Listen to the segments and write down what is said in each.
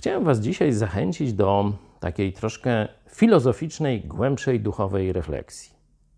Chciałem was dzisiaj zachęcić do takiej troszkę filozoficznej, głębszej, duchowej refleksji.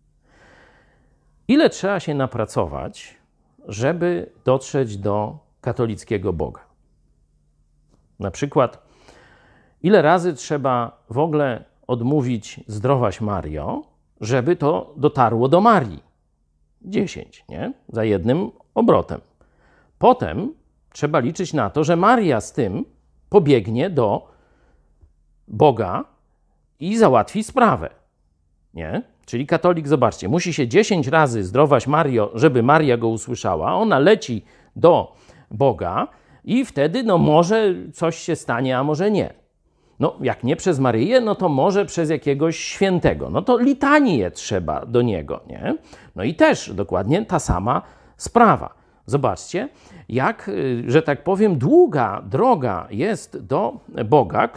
Ile trzeba się napracować, żeby dotrzeć do katolickiego Boga? Na przykład, ile razy trzeba w ogóle odmówić zdrowaś Mario, żeby to dotarło do Marii? 10, nie? Za jednym obrotem. Potem trzeba liczyć na to, że Maria z tym pobiegnie do Boga i załatwi sprawę, nie? Czyli katolik, zobaczcie, musi się 10 razy zdrowaś Mario, żeby Maria go usłyszała. Ona leci do Boga i wtedy może coś się stanie, a może nie. Jak nie przez Maryję, to może przez jakiegoś świętego. To litanię trzeba do niego, nie? I też dokładnie ta sama sprawa. Zobaczcie, jak, że tak powiem, długa droga jest do Boga,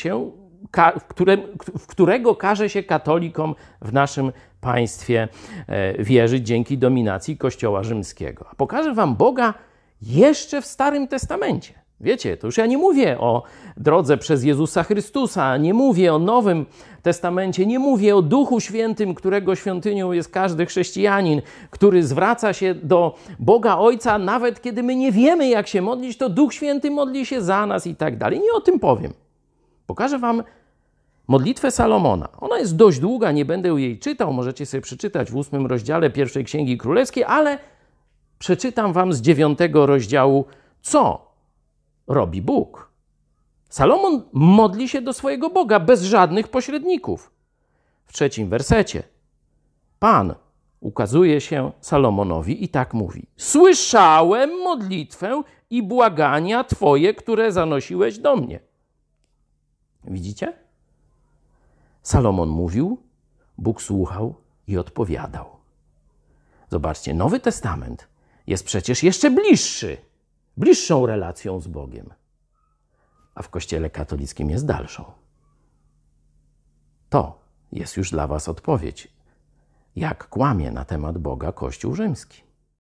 w którego każe się katolikom w naszym państwie wierzyć dzięki dominacji Kościoła rzymskiego. A pokażę wam Boga jeszcze w Starym Testamencie. Wiecie, to już ja nie mówię o drodze przez Jezusa Chrystusa, nie mówię o Nowym Testamencie, nie mówię o Duchu Świętym, którego świątynią jest każdy chrześcijanin, który zwraca się do Boga Ojca, nawet kiedy my nie wiemy, jak się modlić, to Duch Święty modli się za nas i tak dalej. Nie o tym powiem. Pokażę wam modlitwę Salomona. Ona jest dość długa, nie będę jej czytał, możecie sobie przeczytać w 8 rozdziale pierwszej Księgi Królewskiej, ale przeczytam wam z 9 rozdziału, co robi Bóg. Salomon modli się do swojego Boga bez żadnych pośredników. W 3 wersecie Pan ukazuje się Salomonowi i tak mówi: słyszałem modlitwę i błagania Twoje, które zanosiłeś do mnie. Widzicie? Salomon mówił, Bóg słuchał i odpowiadał. Zobaczcie, Nowy Testament jest przecież jeszcze bliższą relacją z Bogiem, a w Kościele katolickim jest dalszą. To jest już dla was odpowiedź, jak kłamie na temat Boga Kościół rzymski.